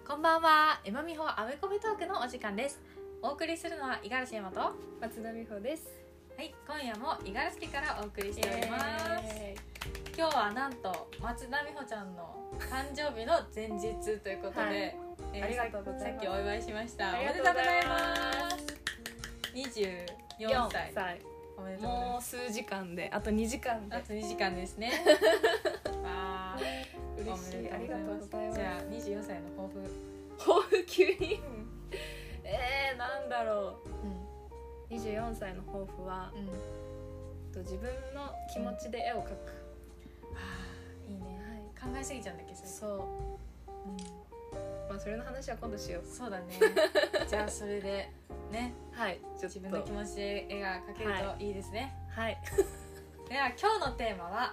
こんばんは。エマミホあめこべトークのお時間です。お送りするのは五十嵐エマと、 松田美穂です。 はい、今夜も五十嵐家からお送りしております。今日はなんと松田美穂ちゃんの誕生日の前日ということで、 はい、ありがとうございます。 さっきお祝いしました。 ありがとうございます。 24歳。おめでとうございます。 もう数時間で、あと2時間で。 あと2時間ですね。わー、 嬉しい。ありがとうございます。 じゃあ24歳の抱負。 抱負急になんだろう、24歳の抱負は、自分の気持ちで絵を描く。 いいね、はい、考えすぎちゃうんだっけそれ。 そう、まあそれの話は今度しよう。 そうだね。じゃあそれでね、 はい、ちょっと自分の気持ちで絵が描けるといいですね。 はい。 では今日のテーマは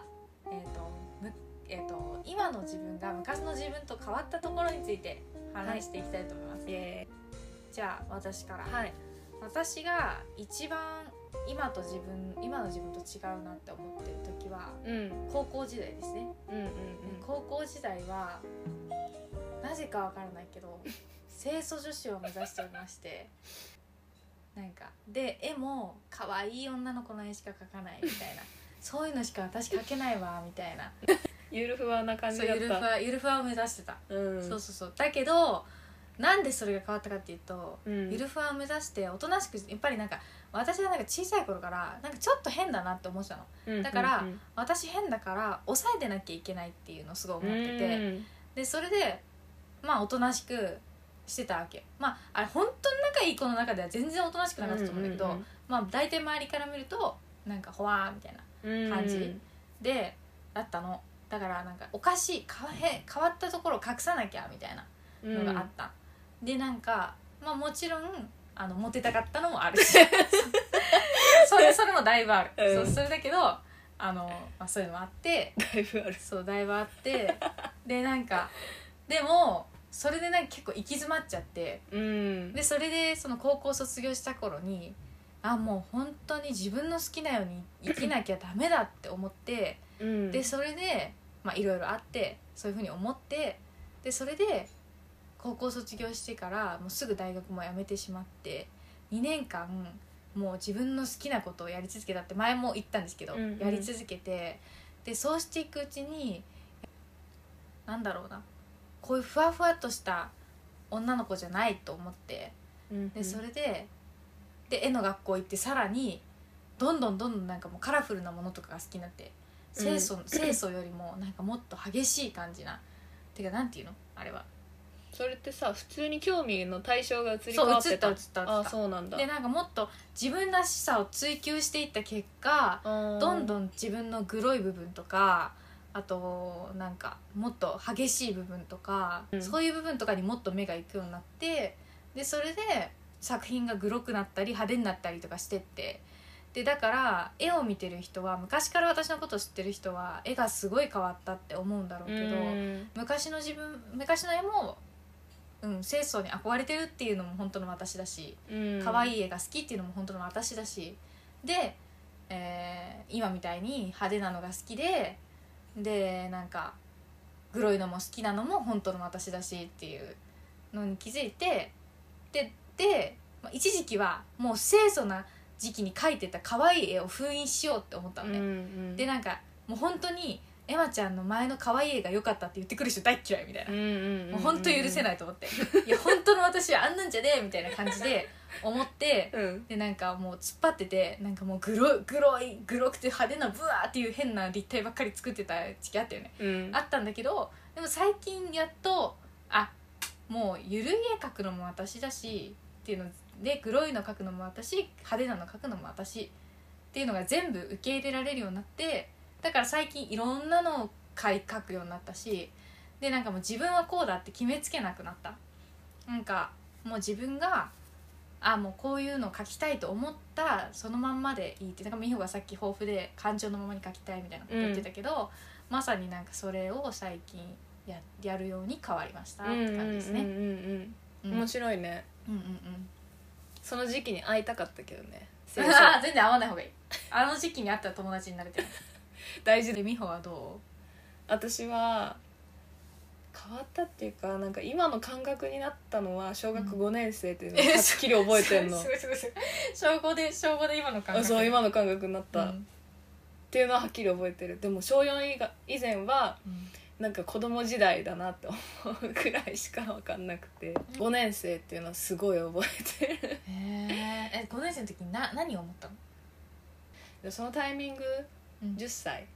今の自分が昔の自分と変わったところについて話していきたいと思います。じゃあ私から、 はい、 私が一番今の自分と違うなって思ってる時は、高校時代ですね。高校時代はなぜかわからないけど清楚女子を目指しておりまして、なんかで絵も可愛い女の子の絵しか描かないみたいなそういうのしか私描けないわみたいなゆるふわな感じだった。 ゆるふわを目指してた、そうだけどなんでそれが変わったかっていうと、ゆるふわを目指しておとなしく、やっぱりなんか私はなんか小さい頃からなんかちょっと変だなって思ってたの、だから、私変だから抑えてなきゃいけないっていうのをすごい思ってて、でそれでまあおとなしくしてたわけ。まああれ本当に仲いい子の中では全然おとなしくなかったと思うんだけど、まあ大体周りから見るとなんかほわーみたいな感じでだったの。だからなんかおかしい変わったところを隠さなきゃみたいなのがあった、でなんか、まあ、もちろんモテたかったのもあるしそれもだいぶある、そうそれだけどまあ、そういうのもあってだいぶある。 そうだいぶあってでなんかでもそれでなんか結構行き詰まっちゃって、でそれでその高校卒業した頃にもう本当に自分の好きなように生きなきゃダメだって思って、でそれでまあいろいろあってそういうふうに思って、でそれで高校卒業してからもうすぐ大学も辞めてしまって2年間もう自分の好きなことをやり続けたって前も言ったんですけど、やり続けて、でそうしていくうちになんだろうな、こういうふわふわっとした女の子じゃないと思って、でそれで絵の学校行ってさらにどんどんなんかもうカラフルなものとかが好きになって、清楚よりもなんかもっと激しい感じな、てかなんていうのあれは、 それってさ普通に興味の対象が移り変わってた。 そう移った。 あ、そうなんだ。 でなんかもっと自分らしさを追求していった結果、どんどん自分のグロい部分とか、あとなんかもっと激しい部分とか、そういう部分とかにもっと目がいくようになって、でそれで作品がグロくなったり派手になったりとかしてって、でだから絵を見てる人は、昔から私のことを知ってる人は絵がすごい変わったって思うんだろうけど、昔の絵も清楚に憧れてるっていうのも本当の私だし、可愛い絵が好きっていうのも本当の私だし、で、今みたいに派手なのが好きでなんかグロいのも好きなのも本当の私だしっていうのに気づいて、で一時期はもう清楚な時期に描いてた可愛い絵を封印しようって思ったのね、でなんかもう本当にエマちゃんの前の可愛い絵が良かったって言ってくる人大っ嫌いみたいな、もう本当許せないと思って、いや本当の私はあんなんじゃねえみたいな感じで思って、でなんかもう突っ張ってて、なんかもうグロくて派手なブワーっていう変な立体ばっかり作ってた時期あったよね、あったんだけど、でも最近やっともうゆるい絵描くのも私だしっていうので、グロいの描くのも私、派手なの描くのも私っていうのが全部受け入れられるようになって、だから最近いろんなのを描くようになったし、でなんかもう自分はこうだって決めつけなくなった。なんかもう自分がもうこういうのを描きたいと思ったらそのまんまでいいって、なんか美穂がさっき抱負で感情のままに描きたいみたいなこと言ってたけど、まさになんかそれを最近やるように変わりましたって感じですね。 面白いね。その時期に会いたかったけどね。 全然会わない方がいい。あの時期に会ったら友達になれてる。 大事で。 美穂はど私は変わったっていうか、なんか今の感覚になったのは小学5年生っていうのをはっきり覚えてんの。 小5で今の感覚。 そう今の感覚になった、っていうのははっきり覚えてる。でも小4以前は、なんか子供時代だなって思うくらいしか分かんなくて、5年生っていうのはすごい覚えてる。 5年生の時に何を思ったの？ でそのタイミング、10歳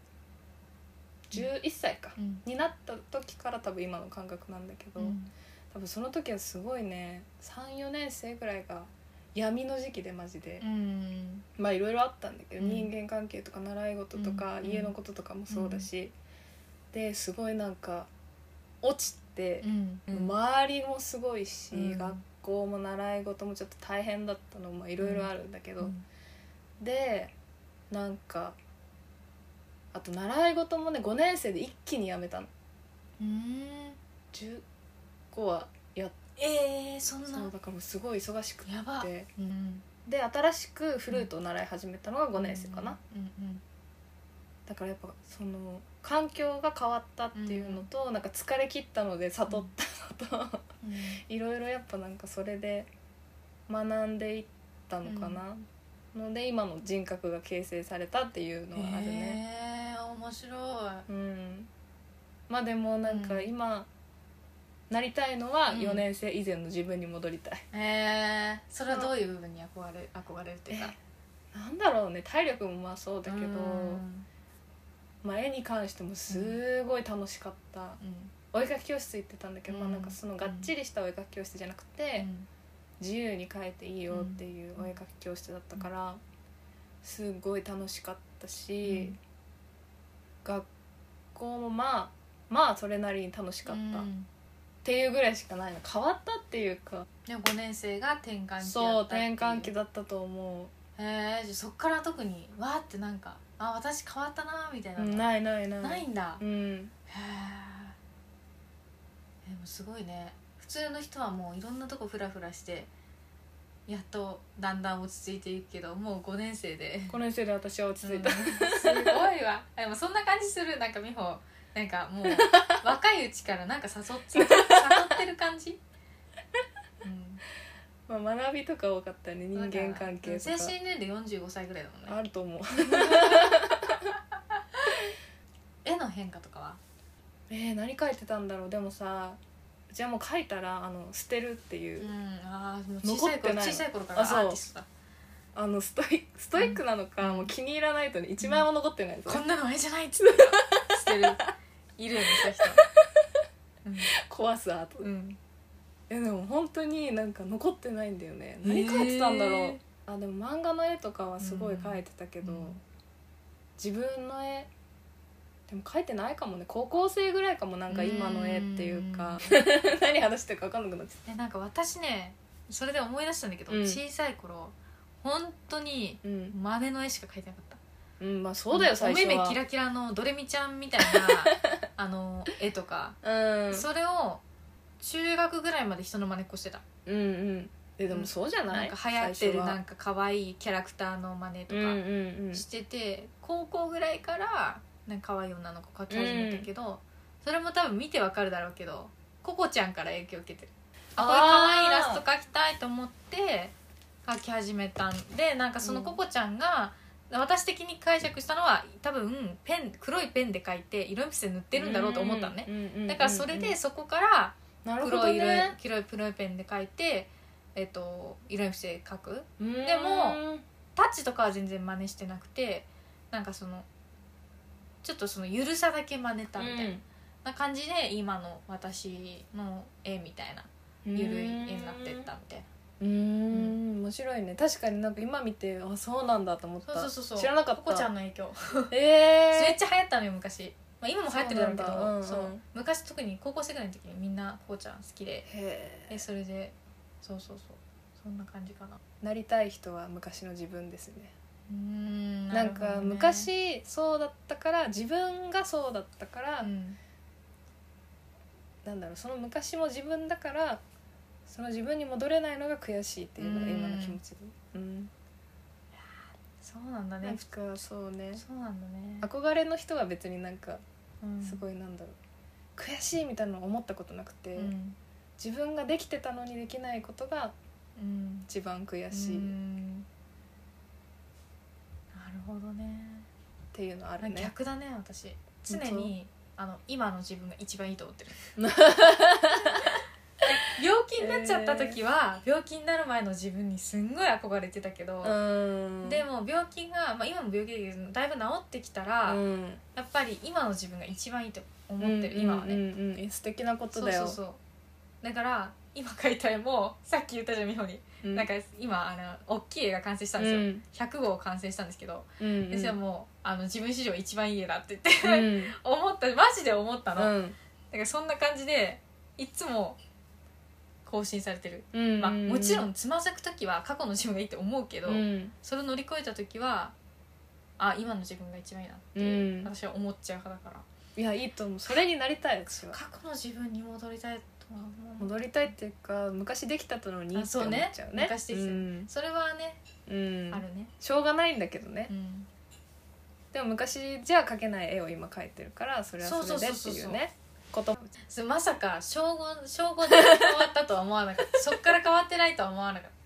11歳か、になった時から多分今の感覚なんだけど、多分その時はすごいね、3、4年生ぐらいが闇の時期でマジで、まあいろいろあったんだけど、人間関係とか習い事とか、家のこととかもそうだし、ですごいなんか落ちて、周りもすごいし、学校も習い事もちょっと大変だったのもいろいろあるんだけど、でなんかあと習い事もね5年生で一気にやめたの。10個はやっそんな。 そうだからすごい忙しくて、 やば、 で新しくフルートを習い始めたのが5年生かな、だからやっぱその環境が変わったっていうのと、なんか疲れ切ったので悟ったのと、いろいろやっぱなんかそれで学んでいったのかな、ので今の人格が形成されたっていうのはあるね。 面白い。 まあでもなんか今、なりたいのは4年生以前の自分に戻りたい。 それはどういう部分に憧れるっていうか、 なんだろうね、体力もまあそうだけど、まあ、絵に関してもすごい楽しかった、お絵描き教室行ってたんだけど、まあ、なんかそのがっちりしたお絵描き教室じゃなくて、自由に描いていいよっていうお絵描き教室だったから、すごい楽しかったし、学校もまあそれなりに楽しかった、っていうぐらいしかないの。変わったっていうか、 でも5年生が転換期だったっていう。 そう転換期だったと思う。 じゃあそっから特にわーってなんか私変わったなみたいなの、 ないないんだ。 へえ。 でもすごいね。普通の人はもういろんなとこフラフラしてやっとだんだん落ち着いていくけど、もう5年生で私は落ち着いた、 すごいわ。でもそんな感じする。なんか美穂なんかもう若いうちからなんか誘ってる感じ。 まあ、学びとか多かったね、人間関係とか。 精神年齢45歳ぐらいだもんね。 あると思う絵の変化とかは何描いてたんだろう。でもさ、じゃあもう描いたら捨てるっていう、 もう小さい頃からアーティストだ。 ストイックなのか、もう気に入らないとね1枚も残ってない、 こんなの絵じゃないっつって捨てるいるよね、そういう人、壊すアート、でも本当になんか残ってないんだよね。何描いてたんだろう。でも漫画の絵とかはすごい描いてたけど、自分の絵でも描いてないかもね。高校生ぐらいかも。なんか今の絵っていうか何話してるか分かんなくなっちゃった。 なんか私ね、それで思い出したんだけど、小さい頃本当に真似の絵しか描いてなかった。 まあそうだよ、最初はお目目キラキラのドレミちゃんみたいな絵とか、それを中学ぐらいまで人の真似っこしてた。 でもそうじゃない？ なんか流行ってるなんか可愛いキャラクターの真似とかしてて、高校ぐらいからなんか可愛い女の子描き始めたけど、それも多分見てわかるだろうけど、ココちゃんから影響を受けてる。こういう可愛いイラスト描きたいと思って描き始めたんで、なんかそのココちゃんが私的に解釈したのは、多分黒いペンで描いて色鉛筆で塗ってるんだろうと思ったのね。だからそれでそこから黒いペンで描いて、色鉛筆で描く。でもタッチとかは全然真似してなくて、なんかそのちょっとそのゆるさだけ真似たみたいな感じで、今の私の絵みたいなゆるい絵になってったみたいな。 面白いね。確かになんか今見てそうなんだと思った。 そう知らなかった。 ココちゃんの影響めっちゃ流行ったのよ昔。今も流行ってるだろうけど、そう昔特に高校生ぐらいの時にみんなココちゃん好きで、それでそんな感じかな。 なりたい人は昔の自分ですね。 なんか昔そうだったから、自分がそうだったから、なんだろう、その昔も自分だから、その自分に戻れないのが悔しいっていうのが今の気持ちで。 そうなんだね。 なんかそうね。 そうなんだね。 憧れの人は別になんかすごいなんだろう、 悔しいみたいなのを思ったことなくて、自分ができてたのにできないことが一番悔しい、なるほどねっていうのあるね。 逆だね私常に今の自分が一番いいと思ってる病気になっちゃった時は、病気になる前の自分にすんごい憧れてたけど、でも病気が、今も病気だけどだいぶ治ってきたら、やっぱり今の自分が一番いいと思ってる、今はね、 素敵なことだよ。 そうだから今描いた絵もさっき言ったじゃん美穂に、なんか今大きい絵が完成したんですよ、100号完成したんですけど、私はもう自分史上一番いい絵だって言って、思ったマジで思ったの、だからそんな感じでいつも更新されてる、もちろんつまずく時は過去の自分がいいって思うけど、それを乗り越えた時は今の自分が一番いいなって、私は思っちゃう派だから。 いやいいと思う、それになりたい。私は過去の自分に戻りたいとは思う。 戻りたいっていうか昔できたのにって思っちゃうね。 昔できた、それはね、あるね。しょうがないんだけどね、でも昔じゃ描けない絵を今描いてるから、それはそれでっていうねこと。 まさか小5で変わったとは思わなかったそっから変わってないとは思わなかった。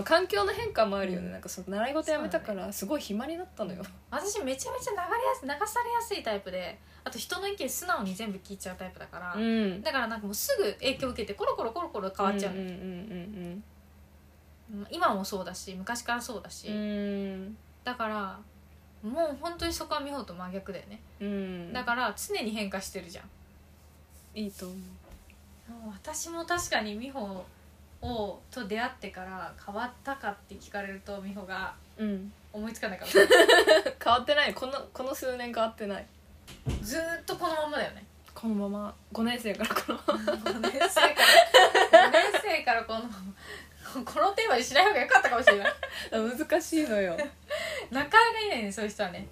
環境の変化もあるよね、なんか習い事やめたからすごい暇になったのよ、 私めちゃめちゃ流されやすいタイプで、あと人の意見素直に全部聞いちゃうタイプだから、だからなんかもうすぐ影響を受けてコロコロ変わっちゃうの。今もそうだし昔からそうだし、だからもう本当にそこは美穂と真逆だよね、だから常に変化してるじゃん。 いいと思う。 私も確かに美穂と出会ってから変わったかって聞かれると美穂が思いつかないから、 変わってない。この数年変わってない。 ずーっとこのままだよね。 このまま5年生からこの 5年生からこのままこのテーマにしない方が良かったかもしれない難しいのよなかなかいないね、そういう人はね。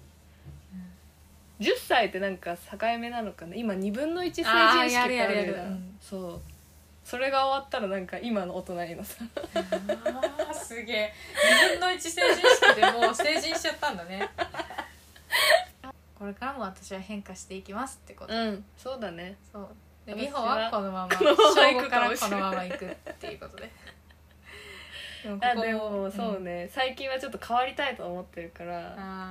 10歳ってなんか境目なのかな。今2分の1成人式ってあるじゃん。そうそれが終わったらなんか今の大人にのさすげえ2分の1成人式でもう成人しちゃったんだねこれからも私は変化していきますってこと。 そうだね。 そうで美穂はこのまま小5からこのまま行くっていうことででもそうね、最近はちょっと変わりたいと思ってるから。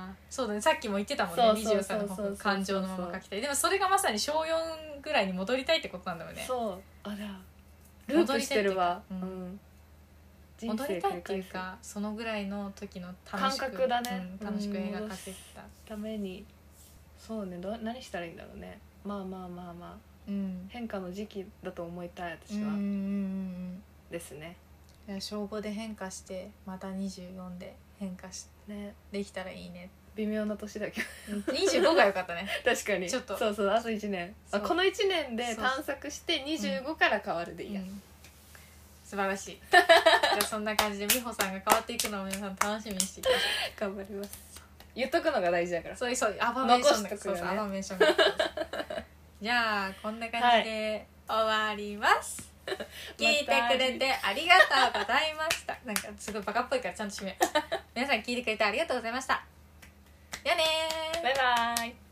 そうだね、さっきも言ってたもんね、24歳の方感情のまま描きたい。でもそれがまさに小4ぐらいに戻りたいってことなんだよね。 そうループしてるわ。 戻りたいっていうか、そのぐらいの時の感覚だね、 楽しく映画描けたために。そうね、何したらいいんだろうね。まあ、変化の時期だと思いたい私は。ですね。 小5で変化してまた24で変化して、ね、できたらいいね。 微妙な年だけど 25が良かったね確かにちょっとそうあと1年この1年で探索して25から変わるでいいや、 素晴らしいじゃあそんな感じで美穂さんが変わっていくのを皆さん楽しみにしていきましょう頑張ります。言っとくのが大事だから。 そうアファメーションだから、アファメーションがじゃあこんな感じで終わります、聞いてくれてありがとうございましたなんかすごいバカっぽいからちゃんと締め皆さん聞いてくれてありがとうございました。じゃあねー、 バイバーイ。